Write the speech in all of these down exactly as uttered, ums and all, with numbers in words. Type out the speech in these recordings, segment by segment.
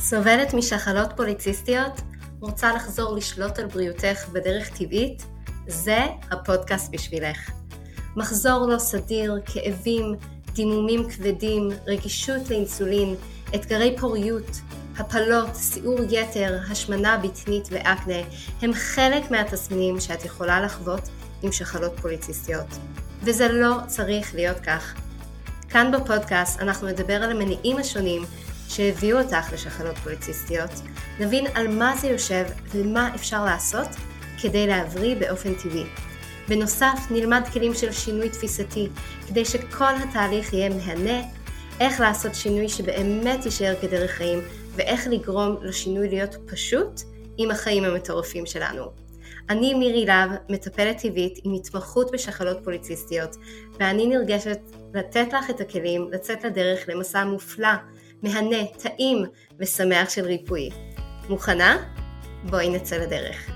סובלת משחלות פוליציסטיות? רוצה לחזור לשלוט על בריאותך בדרך טבעית? זה הפודקאסט בשבילך. מחזור לא סדיר, כאבים, דימומים כבדים, רגישות לאינסולין, אתגרי פוריות, הפלות, סיעור יתר, השמנה בטנית ואקנה, הם חלק מהתסמינים שאת יכולה לחוות עם שחלות פוליציסטיות. וזה לא צריך להיות כך. כאן בפודקאסט אנחנו נדבר על המניעים השונים שהביאו אותך לשחלות פוליציסטיות, נבין על מה זה יושב ומה אפשר לעשות כדי להבריא באופן טבעי. בנוסף נלמד כלים של שינוי תפיסתי, כדי שכל התהליך יהיה מהנה, איך לעשות שינוי שבאמת יישאר כדרך חיים, ואיך לגרום לשינוי להיות פשוט עם החיים המטורפים שלנו. אני מירי לב, מטפלת טבעית עם התמחות בשחלות פוליציסטיות, ואני נרגשת לתת לך את הכלים לצאת לדרך למסע מופלא, מהנה, טעים ושמח של ריפוי. מוכנה? בואי נצא לדרך.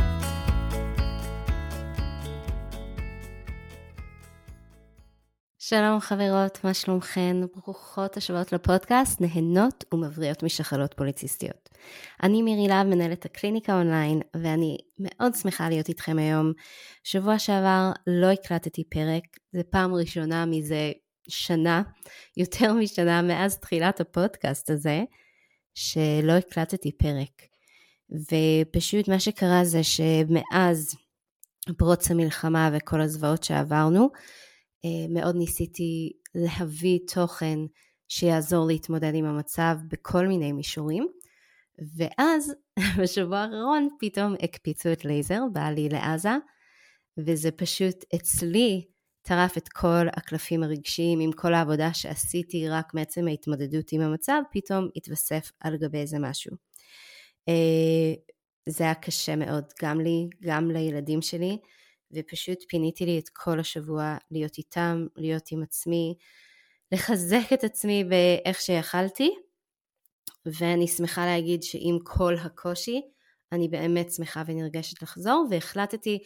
שלום חברות, מה שלומכן? ברוכות השבועות לפודקאסט, נהנות ומבריאות משחלות פוליציסטיות. אני מירי לב, מנהלת הקליניקה אונליין, ואני מאוד שמחה להיות איתכם היום. שבוע שעבר לא הקלטתי פרק, זה פעם ראשונה מזה שנה, יותר משנה מאז תחילת הפודקאסט הזה, שלא הקלטתי פרק. ופשוט מה שקרה זה שמאז פרוץ המלחמה וכל הזוועות שעברנו, מאוד ניסיתי להביא תוכן שיעזור להתמודד עם המצב בכל מיני מישורים, ואז בשבוע האחרון פתאום הקפיצו את לייזר, בא לי לעזה, וזה פשוט אצלי טרף את כל הקלפים הרגשיים, עם כל העבודה שעשיתי רק מעצם ההתמודדות עם המצב, פתאום התווסף על גבי איזה משהו. זה היה קשה מאוד, גם לי, גם לילדים שלי, ופשוט פיניתי לי את כל השבוע להיות איתם, להיות עם עצמי, לחזק את עצמי באיך שיכלתי, ואני שמחה להגיד שעם כל הקושי, אני באמת שמחה ונרגשת לחזור, והחלטתי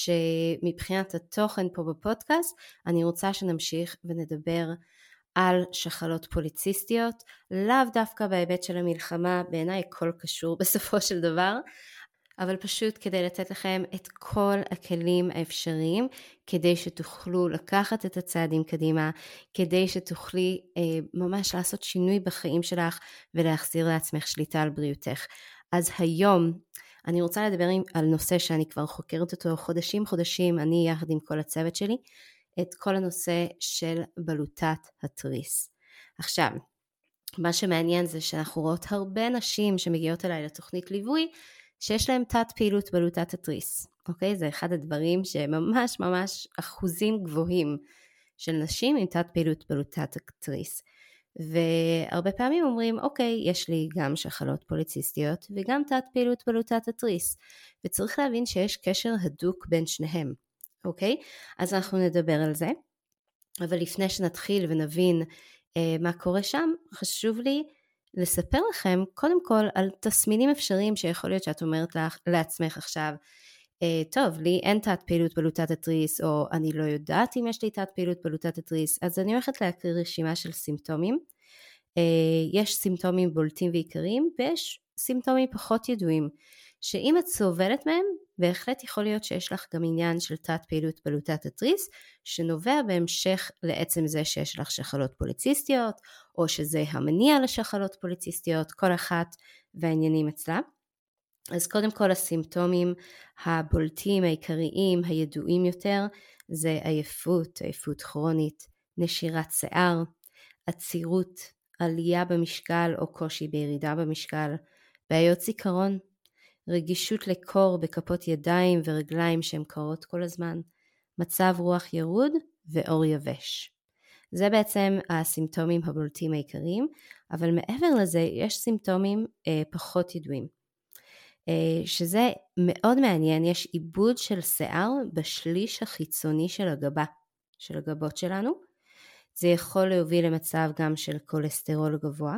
שמבחינת התוכן פה בפודקאסט, אני רוצה שנמשיך ונדבר על שחלות פוליציסטיות, לאו דווקא בהיבט של המלחמה, בעיניי הכל קשור בסופו של דבר, אבל פשוט כדי לתת לכם את כל הכלים האפשריים, כדי שתוכלו לקחת את הצעדים קדימה, כדי שתוכלי אה, ממש לעשות שינוי בחיים שלך, ולהחזיר לעצמך שליטה על בריאותך. אז היום אני רוצה לדבר על נושא שאני כבר חוקרת אותו חודשים חודשים, אני יחד עם כל הצוות שלי, את כל הנושא של בלוטת התריס. עכשיו, מה שמעניין זה שאנחנו רואות הרבה נשים שמגיעות אליי לתוכנית ליווי, שיש להם תת פעילות בלוטת התריס, אוקיי? זה אחד הדברים שממש ממש אחוזים גבוהים של נשים עם תת פעילות בלוטת התריס. והרבה פעמים אומרים, אוקיי, יש לי גם שחלות פוליציסטיות וגם תת פעילות בלוטת התריס, וצריך להבין שיש קשר הדוק בין שניהם, אוקיי? אז אנחנו נדבר על זה, אבל לפני שנתחיל ונבין אה, מה קורה שם, חשוב לי לספר לכם קודם כל על תסמינים אפשריים שיכול להיות שאת אומרת לך, לעצמך עכשיו, אה, טוב, לי אין תת פעילות בלוטת התריס, או אני לא יודעת אם יש לי תת פעילות בלוטת התריס, אז אני הולכת להקריא רשימה של סימפטומים. אה, יש סימפטומים בולטים ועיקריים, ויש סימפטומים פחות ידועים, שאם את סובלת מהם, בהחלט יכול להיות שיש לך גם עניין של תת פעילות בלוטת התריס, שנובע בהמשך לעצם זה שיש לך שחלות פוליציסטיות, או שזה המניע לשחלות פוליציסטיות, כל אחת והעניינים אצלה. אז קודם כל הסימפטומים הבולטים, העיקריים, הידועים יותר, זה עייפות, עייפות כרונית, נשירת שיער, עצירות, עלייה במשקל או קושי בירידה במשקל, בעיות זיכרון, רגישות לקור בכפות ידיים ורגליים שהן קרות כל הזמן, מצב רוח ירוד ואור יבש. זה בעצם הסימפטומים הבולטים העיקריים, אבל מעבר לזה יש סימפטומים אה, פחות ידועים. אה, שזה מאוד מעניין, יש עיבוד של שיער בשליש החיצוני של הגבה, של הגבות שלנו. זה יכול להוביל למצב גם של כולסטרול גבוה,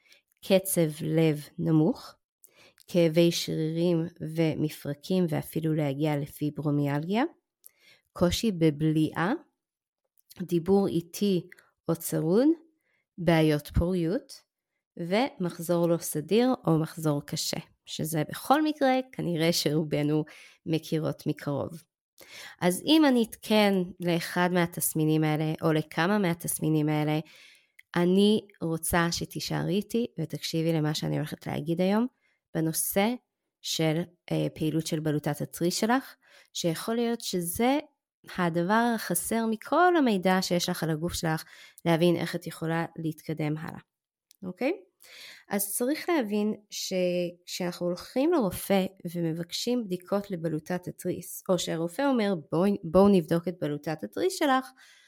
קצב לב נמוך, כאבי שרירים ומפרקים ואפילו להגיע לפיברומיאלגיה, קושי בבליעה, דיבור איטי או צרוד, בעיות פוריות, ומחזור לא סדיר או מחזור קשה, שזה בכל מקרה כנראה שרובנו מכירות מקרוב. אז אם אני אתקן לאחד מהתסמינים האלה או לכמה מהתסמינים האלה, אני רוצה שתישארי איתי ותקשיבי למה שאני הולכת להגיד היום בנושא של אה, פעילות של בלוטת התריס שלך, שיכול להיות שזה הדבר החסר מכל המידע שיש לך על הגוף שלך, להבין איך את יכולה להתקדם הלאה. אוקיי? אז צריך להבין שכשאנחנו הולכים לרופא ומבקשים בדיקות לבלוטת התריס, או שהרופא אומר בואו בוא נבדוק את בלוטת התריס שלך,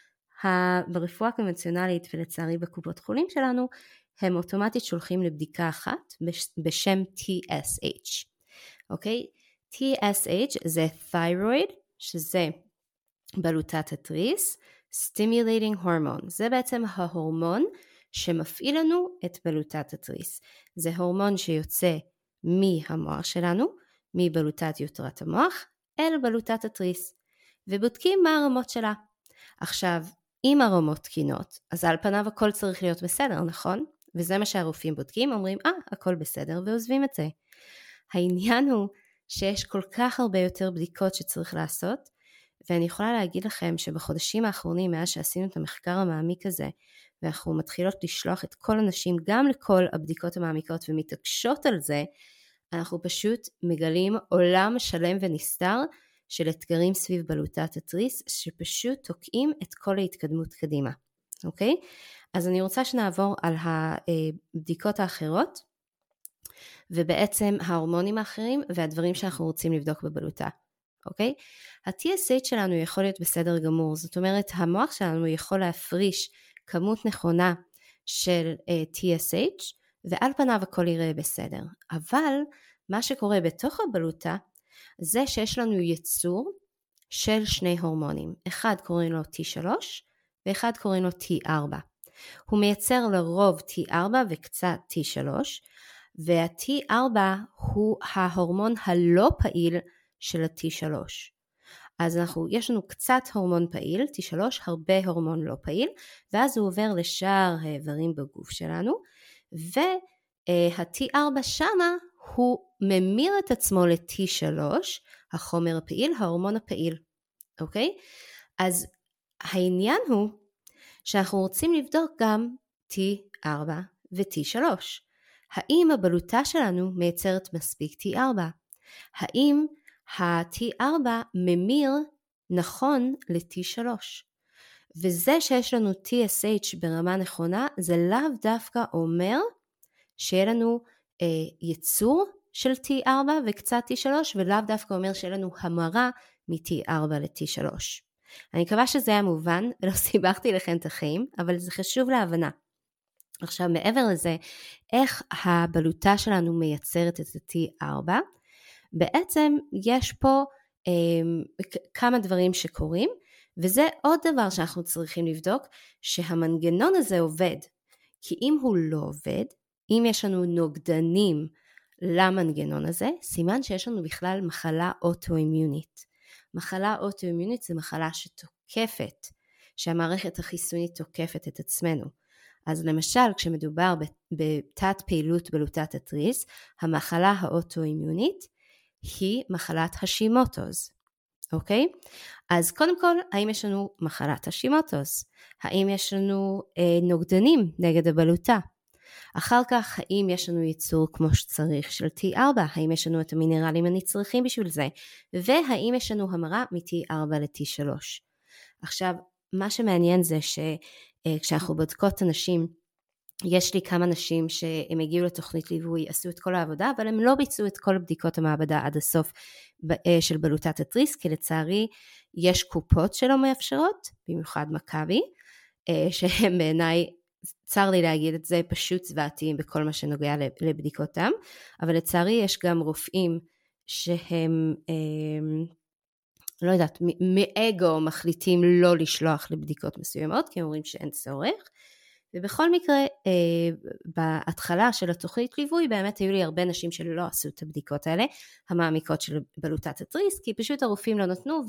ברפואה הקונבנציונלית ולצערי בקופות חולים שלנו, הם אוטומטית שולחים לבדיקה אחת בשם טי אס אייץ'. אוקיי? טי אס אייץ' זה thyroid, שזה בלוטת התריס, stimulating hormone. זה בעצם ההורמון שמפעיל לנו את בלוטת התריס. זה הורמון שיוצא מהמוח שלנו, מבלוטת יותרת המוח, אל בלוטת התריס. ובודקים מה הרמות שלה. עכשיו, אם הרמות תקינות, אז על פניו הכל צריך להיות בסדר, נכון? וזה מה שהרופאים בודקים, אומרים, אה, הכל בסדר, ועוזבים את זה. העניין הוא שיש כל כך הרבה יותר בדיקות שצריך לעשות, ואני יכולה להגיד לכם שבחודשים האחרונים, מאז שעשינו את המחקר המעמיק הזה, ואנחנו מתחילות לשלוח את כל הנשים גם לכל הבדיקות המעמיקות ומתעקשות על זה, אנחנו פשוט מגלים עולם שלם ונסתר של אתגרים סביב בלוטת התריס, שפשוט תוקעים את כל ההתקדמות קדימה. אוקיי? אז אני רוצה שנעבור על הבדיקות האחרות, ובעצם ההורמונים האחרים והדברים שאנחנו רוצים לבדוק בבלוטה. אוקיי? ה-טי אס אייץ' שלנו יכול להיות בסדר גמור, זאת אומרת המוח שלנו יכול להפריש כמות נכונה של uh, טי אס אייץ' ועל פניו הכל יראה בסדר. אבל מה שקורה בתוך הבלוטה זה שיש לנו יצור של שני הורמונים. אחד קוראים לו טי שלוש ואחד קוראים לו טי ארבע. הוא מייצר לרוב טי ארבע וקצת טי שלוש, וה-טי ארבע הוא ההורמון הלא פעיל של ה-טי שלוש. אז אנחנו, יש לנו קצת הורמון פעיל, טי שלוש, הרבה הורמון לא פעיל, ואז הוא עובר לשאר האיברים בגוף שלנו, וה-טי ארבע שמה הוא ממיר את עצמו ל-טי שלוש, החומר הפעיל, ההורמון הפעיל. אוקיי? אז העניין הוא שאנחנו רוצים לבדוק גם טי ארבע ו-טי שלוש. האם הבלוטה שלנו מייצרת מספיק טי ארבע? האם ה-טי ארבע ממיר נכון ל-טי שלוש? וזה שיש לנו טי אס אייץ' ברמה נכונה, זה לאו דווקא אומר שיהיה לנו אה, יצור של טי ארבע וקצת טי שלוש, ולאו דווקא אומר שיהיה לנו המרה מ-טי ארבע ל-טי שלוש. אני מקווה שזה היה מובן, ולא סיבכתי לכם את החיים, אבל זה חשוב להבנה. עכשיו, מעבר לזה, איך הבלוטה שלנו מייצרת את ה-טי ארבע, בעצם יש פה אה, כמה דברים שקורים, וזה עוד דבר שאנחנו צריכים לבדוק, שהמנגנון הזה עובד. כי אם הוא לא עובד, אם יש לנו נוגדנים למנגנון הזה, סימן שיש לנו בכלל מחלה אוטואימיונית. מחלה אוטואימיונית זה מחלה שתוקפת, שהמערכת החיסונית תוקפת את עצמנו. אז למשל, כשמדובר בתת פעילות בלוטת התריס, המחלה האוטואימיונית היא מחלת השימוטוז. אוקיי? אז קודם כל, האם יש לנו מחלת השימוטוז? האם יש לנו אה, נוגדנים נגד הבלוטה? אחר כך, האם יש לנו ייצור כמו שצריך של טי ארבע? האם יש לנו את המינרלים הנצרכים בשביל זה? והאם יש לנו המרה מ-טי ארבע ל-טי שלוש? עכשיו, מה שמעניין זה שכשאנחנו בודקות אנשים, יש לי כמה נשים שהם הגיעו לתוכנית ליווי, עשו את כל העבודה, אבל הם לא ביצעו את כל בדיקות המעבדה עד הסוף של בלוטת התריס, כי לצערי יש קופות שלא מאפשרות, במיוחד מכבי, שהם בעיניי, צר לי להגיד את זה, פשוט זוועתיים בכל מה שנוגע לבדיקותם, אבל לצערי יש גם רופאים שהם, לא יודעת, מאגו מחליטים לא לשלוח לבדיקות מסוימות, כי הם אומרים שאין צורך, ובכל מקרה, בהתחלה של התוכנית ליווי, באמת היו לי הרבה נשים שלא עשו את הבדיקות האלה, המעמיקות של בלוטת התריס, כי פשוט הרופאים לא נתנו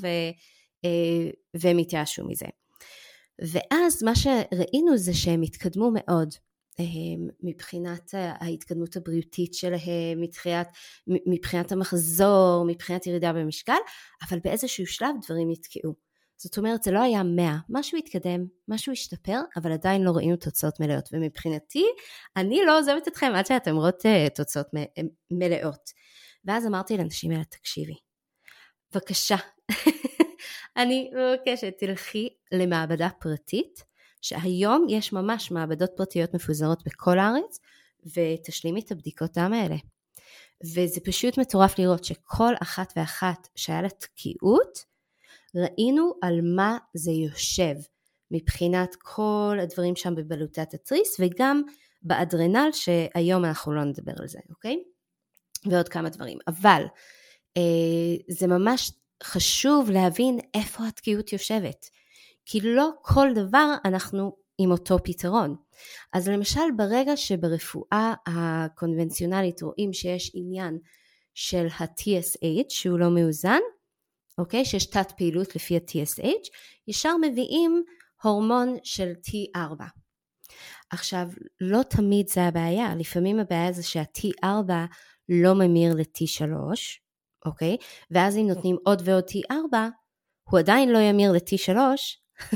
והם התייאשו מזה. ואז מה שראינו זה שהם התקדמו מאוד, מבחינת ההתקדמות הבריאותית שלהם, מבחינת, מבחינת המחזור, מבחינת ירידה במשקל, אבל באיזשהו שלב דברים יתקעו. זאת אומרת, זה לא היה מאה, משהו התקדם, משהו השתפר, אבל עדיין לא ראינו תוצאות מלאות, ומבחינתי, אני לא עוזבת אתכם עד שאתם רואות תוצאות מלאות. ואז אמרתי לאנשים האלה, תקשיבי, בבקשה, אני מבקשת, תלכי למעבדה פרטית, שהיום יש ממש מעבדות פרטיות מפוזרות בכל הארץ, ותשלימי את הבדיקות דם האלה. וזה פשוט מטורף לראות שכל אחת ואחת שהיה לה תקיעות, ראינו על מה זה יושב, מבחינת כל הדברים שם בבלוטת התריס, וגם באדרנל שהיום אנחנו לא נדבר על זה, אוקיי? ועוד כמה דברים. אבל אה, זה ממש חשוב להבין איפה התקיעות יושבת. כי לא כל דבר אנחנו עם אותו פתרון. אז למשל ברגע שברפואה הקונבנציונלית רואים שיש עניין של ה-טי אס אייץ' שהוא לא מאוזן, אוקיי? שיש תת פעילות לפי ה-טי אס אייץ', ישר מביאים הורמון של טי ארבע. עכשיו, לא תמיד זה הבעיה, לפעמים הבעיה זה שה-טי ארבע לא ממיר ל-טי שלוש, אוקיי? ואז אם נותנים עוד ועוד טי ארבע, הוא עדיין לא ימיר ל-טי שלוש,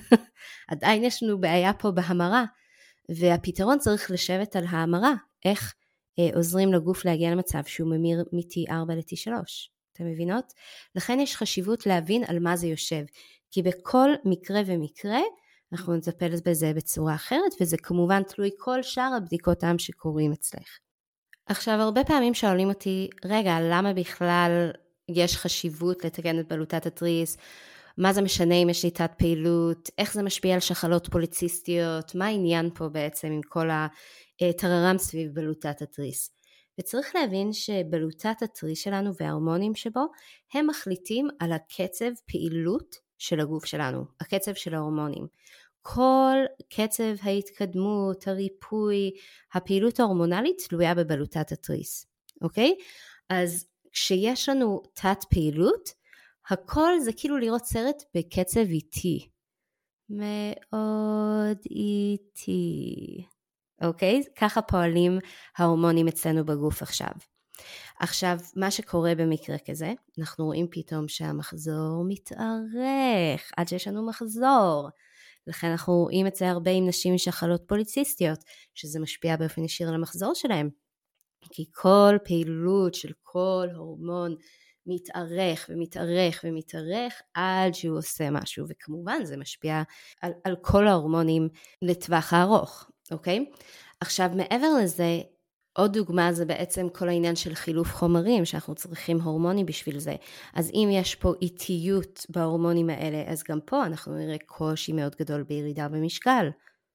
עדיין יש לנו בעיה פה בהמרה, והפתרון צריך לשבת על ההמרה, איך אה, עוזרים לגוף להגיע למצב שהוא ממיר מ-טי ארבע ל-טי שלוש. אתם מבינות? לכן יש חשיבות להבין על מה זה יושב, כי בכל מקרה ומקרה, אנחנו נטפל בזה בצורה אחרת, וזה כמובן תלוי כל שאר הבדיקות דם שקורים אצלך. עכשיו, הרבה פעמים שואלים אותי, רגע, למה בכלל יש חשיבות לתקן את בלוטת התריס? מה זה משנה אם יש לי תת פעילות? איך זה משפיע על שחלות פוליציסטיות? מה העניין פה בעצם עם כל הטררם סביב בלוטת התריס? וצריך להבין שבלוטת התריס שלנו וההורמונים שבו, הם מחליטים על הקצב פעילות של הגוף שלנו, הקצב של ההורמונים. כל קצב ההתקדמות, הריפוי, הפעילות ההורמונלית תלויה בבלוטת התריס, אוקיי? אז כשיש לנו תת פעילות, הכל זה כאילו לראות סרט בקצב איטי. מאוד איטי. אוקיי? ככה פועלים ההורמונים אצלנו בגוף עכשיו. עכשיו, מה שקורה במקרה כזה, אנחנו רואים פתאום שהמחזור מתארך, עד שיש לנו מחזור. לכן אנחנו רואים את זה הרבה עם נשים עם שחלות פוליציסטיות, שזה משפיע באופן ישיר על המחזור שלהם. כי כל פעילות של כל הורמון מתארך ומתארך ומתארך עד שהוא עושה משהו, וכמובן זה משפיע על, על כל ההורמונים לטווח הארוך, אוקיי? עכשיו מעבר לזה, עוד דוגמה זה בעצם כל העניין של חילוף חומרים, שאנחנו צריכים הורמונים בשביל זה. אז אם יש פה איטיות בהורמונים האלה, אז גם פה אנחנו נראה קושי מאוד גדול בירידה במשקל.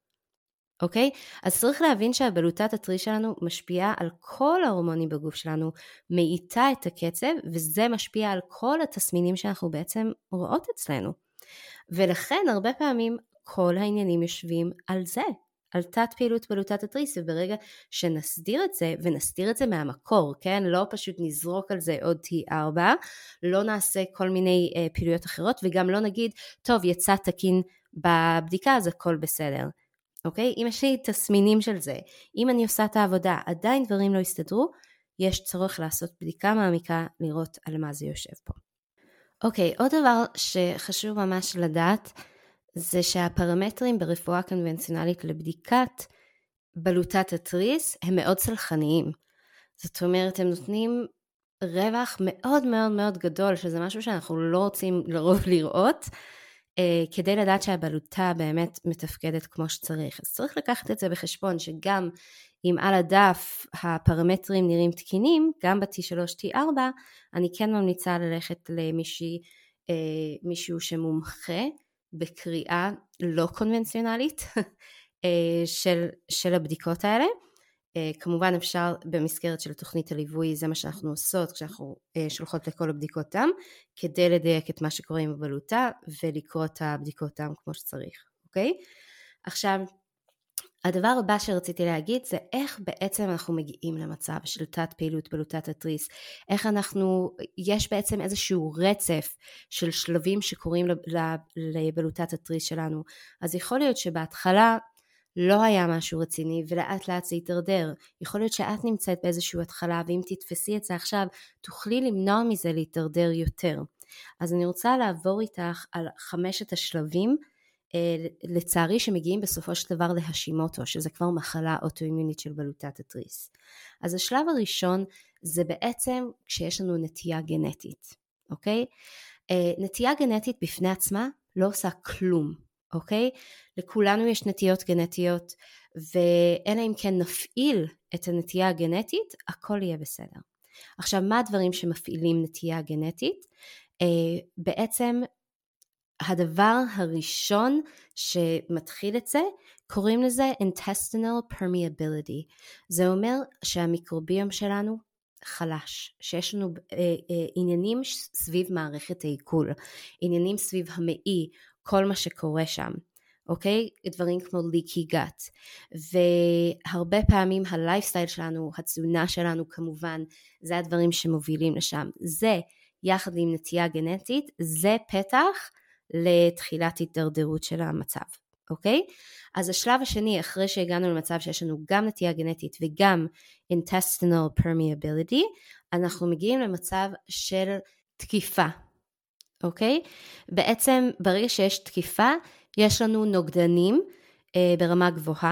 אוקיי? אז צריך להבין שהבלוטת התריס שלנו משפיעה על כל ההורמונים בגוף שלנו, מאיטה את הקצב, וזה משפיע על כל התסמינים שאנחנו בעצם רואות אצלנו. ולכן הרבה פעמים כל העניינים יושבים על זה, על תת פעילות בלוטת התריס, וברגע שנסדיר את זה, ונסדיר את זה מהמקור, כן? לא פשוט נזרוק על זה עוד טי ארבע, לא נעשה כל מיני אה, פעילויות אחרות, וגם לא נגיד, טוב, יצא תקין בבדיקה, אז הכל בסדר. אוקיי? אם יש לי תסמינים של זה, אם אני עושה את העבודה, עדיין דברים לא יסתדרו, יש צורך לעשות בדיקה מעמיקה, לראות על מה זה יושב פה. אוקיי, עוד דבר שחשוב ממש לדעת, זה שהפרמטרים ברפואה קונבנציונלית לבדיקת בלוטת התריס הם מאוד צלחניים. זאת אומרת, הם נותנים רווח מאוד מאוד מאוד גדול, שזה משהו שאנחנו לא רוצים לרוב לראות, כדי לדעת שהבלוטה באמת מתפקדת כמו שצריך. אז צריך לקחת את זה בחשבון, שגם אם על הדף הפרמטרים נראים תקינים, גם ב-טי שלוש טי ארבע, אני כן ממליצה ללכת למישהי, מישהו שמומחה, בקריאה לא קונבנציונלית של, של הבדיקות האלה. כמובן אפשר במסגרת של תוכנית הליווי, זה מה שאנחנו עושות כשאנחנו שולחות לכל הבדיקות דם, כדי לדייק את מה שקורה עם הבלוטה ולקרוא את הבדיקות דם כמו שצריך, אוקיי? עכשיו, הדבר הבא שרציתי להגיד זה איך בעצם אנחנו מגיעים למצב של תת פעילות בלוטת התריס, איך אנחנו, יש בעצם איזשהו רצף של שלבים שקורים לבלוטת התריס שלנו, אז יכול להיות שבהתחלה לא היה משהו רציני ולאט לאט זה יתדרדר. יכול להיות שאת נמצאת באיזושהי התחלה, ואם תתפסי את זה עכשיו, תוכלי למנוע מזה להתדרדר יותר. אז אני רוצה לעבור איתך על חמשת השלבים, לצערי שמגיעים בסופו של דבר להשימוטו, שזה כבר מחלה אוטואימונית של בלוטת התריס. אז השלב הראשון זה בעצם כשיש לנו נטייה גנטית, אוקיי? נטייה גנטית בפני עצמה לא עושה כלום, אוקיי? לכולנו יש נטיות גנטיות, ואלא אם כן נפעיל את הנטייה הגנטית, הכל יהיה בסדר. עכשיו, מה הדברים שמפעילים נטייה גנטית? בעצם הדבר הראשון שמתחיל את זה, קוראים לזה intestinal permeability. זה אומר שהמיקרוביום שלנו חלש, שיש לנו אה, אה, עניינים סביב מערכת העיכול, עניינים סביב המעי, כל מה שקורה שם, אוקיי? דברים כמו leaky gut, והרבה פעמים הלייפסטייל שלנו, התזונה שלנו כמובן, זה הדברים שמובילים לשם. זה יחד עם נטייה גנטית, זה פתח לתחילת התדרדרות של המצב, אוקיי? אז השלב השני, אחרי שהגענו למצב שיש לנו גם נטייה גנטית וגם intestinal permeability, אנחנו מגיעים למצב של תקיפה, אוקיי? בעצם ברגע שיש תקיפה, יש לנו נוגדנים אה, ברמה גבוהה,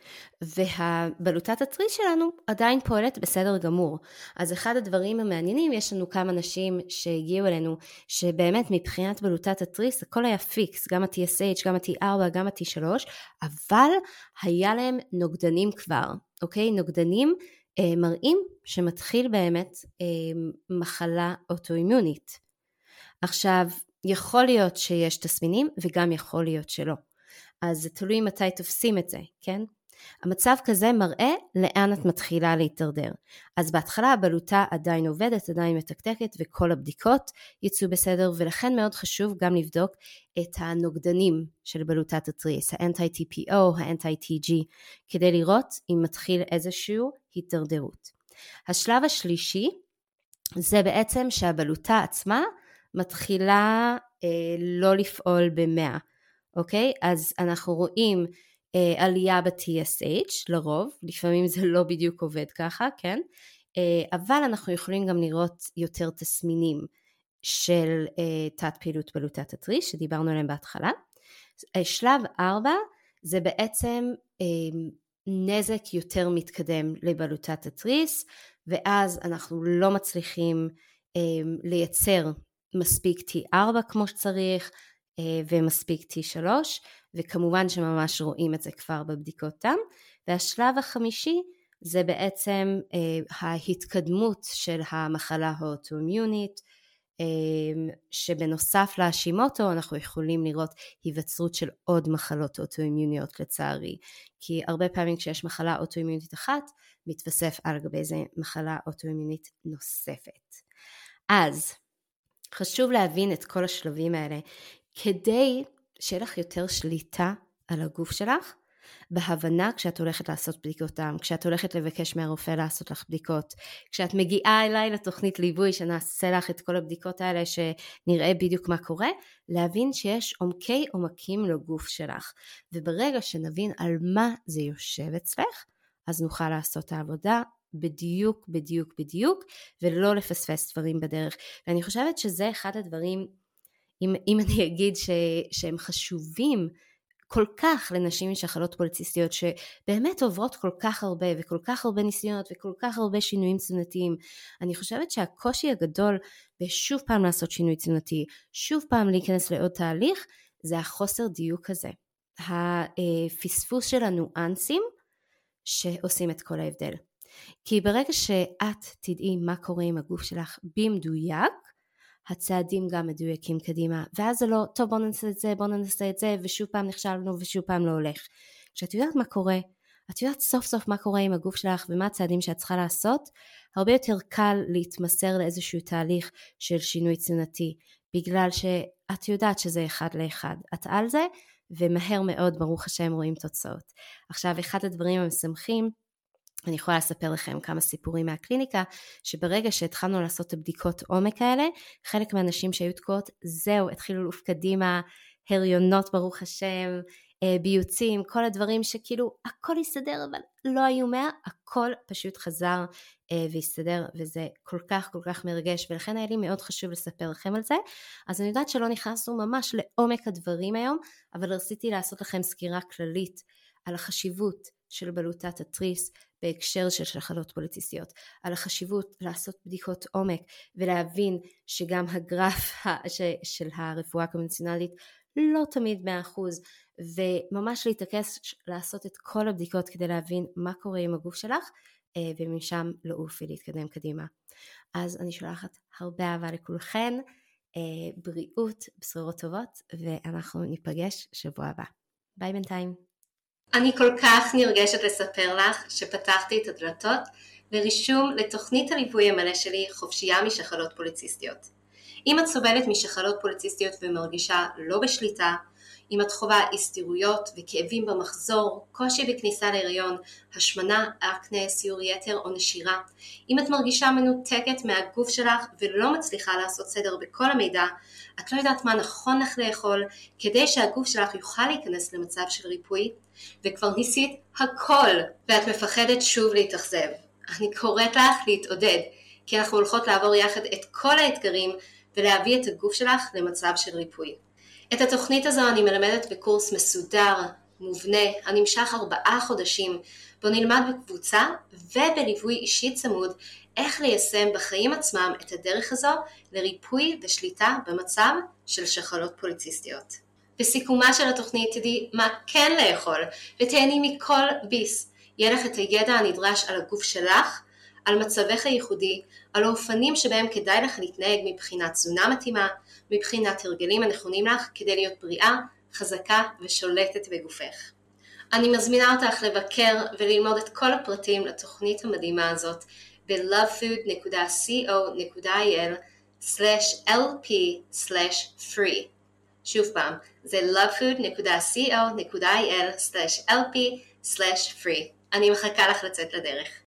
והבלוטת התריס שלנו עדיין פועלת בסדר גמור. אז אחד הדברים המעניינים, יש לנו כמה נשים שהגיעו אלינו, שבאמת מבחינת בלוטת התריס, הכל היה פיקס, גם ה-טי אס אייץ', גם ה-טי ארבע, גם ה-טי שלוש, אבל היה להם נוגדנים כבר, אוקיי? נוגדנים אה, מראים שמתחיל באמת אה, מחלה אוטואימונית. עכשיו, יכול להיות שיש תסמינים, וגם יכול להיות שלא. אז זה תלוי מתי תופסים את זה, כן? המצב כזה מראה לאן את מתחילה להתדרדר. אז בהתחלה הבלוטה עדיין עובדת, עדיין מתקתקת, וכל הבדיקות יצאו בסדר, ולכן מאוד חשוב גם לבדוק את הנוגדנים של בלוטת התריס, ה-אנטי-טי פי או, ה-אנטי-טי ג'י, כדי לראות אם מתחיל איזשהו התדרדרות. השלב השלישי, זה בעצם שהבלוטה עצמה מתחילה אה, לא לפעול במאה, אוקיי? אז אנחנו רואים אה, עלייה ב-טי אס אייץ' לרוב, לפעמים זה לא בדיוק עובד ככה, כן? אה, אבל אנחנו יכולים גם לראות יותר תסמינים של אה, תת פעילות בלוטת התריס, שדיברנו עליהם בהתחלה. שלב ארבע זה בעצם אה, נזק יותר מתקדם לבלוטת התריס, ואז אנחנו לא מצליחים אה, לייצר מספיק טי ארבע כמו שצריך, ומספיק טי שלוש, וכמובן שממש רואים את זה כבר בבדיקות דם. והשלב החמישי זה בעצם ההתקדמות של המחלה האוטואימונית, שבנוסף להשימוטו אנחנו יכולים לראות היווצרות של עוד מחלות אוטואימוניות לצערי, כי הרבה פעמים כשיש מחלה אוטואימונית אחת, מתווסף על גבי זה מחלה אוטואימונית נוספת. אז חשוב להבין את כל השלבים האלה, כדי שיהיה לך יותר שליטה על הגוף שלך, בהבנה כשאת הולכת לעשות בדיקות דם, כשאת הולכת לבקש מהרופא לעשות לך בדיקות, כשאת מגיעה אליי לתוכנית ליווי שנעשה לך את כל הבדיקות האלה שנראה בדיוק מה קורה, להבין שיש עומקי עומקים לגוף שלך, וברגע שנבין על מה זה יושב אצלך, אז נוכל לעשות את העבודה בדיוק, בדיוק, בדיוק, ולא לפספס דברים בדרך. ואני חושבת שזה אחד הדברים, אם, אם אני אגיד ש, שהם חשובים כל כך לנשים משחלות פוליציסטיות, שבאמת עוברות כל כך הרבה, וכל כך הרבה ניסיונות, וכל כך הרבה שינויים תזונתיים. אני חושבת שהקושי הגדול, בשוב פעם לעשות שינוי תזונתי, שוב פעם להיכנס לעוד תהליך, זה החוסר דיוק הזה. הפספוס של הניואנסים, שעושים את כל ההבדל. כי ברגע שאת תדעי מה קורה עם הגוף שלך במדויק, הצעדים גם מדויקים קדימה, ואז זה לא, טוב בוא ננסה את זה, בוא ננסה את זה, ושוב פעם נכשלנו ושוב פעם לא הולך. כשאת יודעת מה קורה, את יודעת סוף סוף מה קורה עם הגוף שלך, ומה הצעדים שאת צריכה לעשות, הרבה יותר קל להתמסר לאיזשהו תהליך של שינוי תזונתי, בגלל שאת יודעת שזה אחד לאחד. את על זה, ומהר מאוד ברוך השם רואים תוצאות. עכשיו, אחד הדברים המשמחים, אני יכולה לספר לכם כמה סיפורים מהקליניקה, שברגע שהתחלנו לעשות את הבדיקות עומק האלה, חלק מהאנשים שהיו תקועות, זהו, התחילו לעוף קדימה, הריונות ברוך השם, ביוצים, כל הדברים שכאילו הכל יסתדר, אבל לא היו מאה, הכל פשוט חזר והסתדר, וזה כל כך כל כך מרגש, ולכן היה לי מאוד חשוב לספר לכם על זה. אז אני יודעת שלא נכנסנו ממש לעומק הדברים היום, אבל רציתי לעשות לכם סקירה כללית על החשיבות של בלוטת התריס בהקשר של שחלות פוליציסטיות, על החשיבות לעשות בדיקות עומק ולהבין שגם הגרף של הרפואה הקונבנציונלית לא תמיד מאה אחוז, וממש להתעקש לעשות את כל הבדיקות כדי להבין מה קורה עם הגוף שלך, ומשם לעוף ולהתקדם קדימה. אז אני שולחת הרבה אהבה לכולכן, בריאות, בשורות טובות, ואנחנו ניפגש שבוע הבא. ביי בינתיים. אני כל כך נרגשת לספר לך שפתחתי את הדלתות לרישום לתוכנית הליווי המלא שלי חופשייה משחלות פוליציסטיות. אם את סובלת משחלות פוליציסטיות ומרגישה לא בשליטה, אם את חווה הסתירויות וכאבים במחזור, קושי בכניסה להיריון, השמנה, אקנה, סיור יתר או נשירה, אם את מרגישה מנותקת מהגוף שלך ולא מצליחה לעשות סדר בכל המידע, את לא יודעת מה נכון לך לאכול כדי שהגוף שלך יוכל להיכנס למצב של ריפוי, וכבר ניסית הכל ואת מפחדת שוב להתאכזב. אני קוראת לך להתעודד, כי אנחנו הולכות לעבור יחד את כל האתגרים ולהביא את הגוף שלך למצב של ריפוי. את התוכנית הזו אני מלמדת בקורס מסודר, מובנה, הנמשך ארבעה חודשים, בו נלמד בקבוצה ובליווי אישי צמוד איך ליישם בחיים עצמם את הדרך הזו לריפוי ושליטה במצב של שחלות פוליציסטיות. בסיכומה של התוכנית תדעי מה כן לאכול ותהני מכל ביס. יהיה לך את הידע הנדרש על הגוף שלך, על מצבך הייחודי, על האופנים שבהם כדאי לך להתנהג מבחינת תזונה מתאימה, מבחינת הרגלים הנכונים לך כדי להיות בריאה, חזקה ושולטת בגופך. אני מזמינה אותך לבקר וללמוד את כל הפרטים לתוכנית המדהימה הזאת ב-lovefood dot co dot il slash l p slash free. שוב פעם, זה lovefood dot co dot il slash l p slash free. אני מחכה לך לצאת לדרך.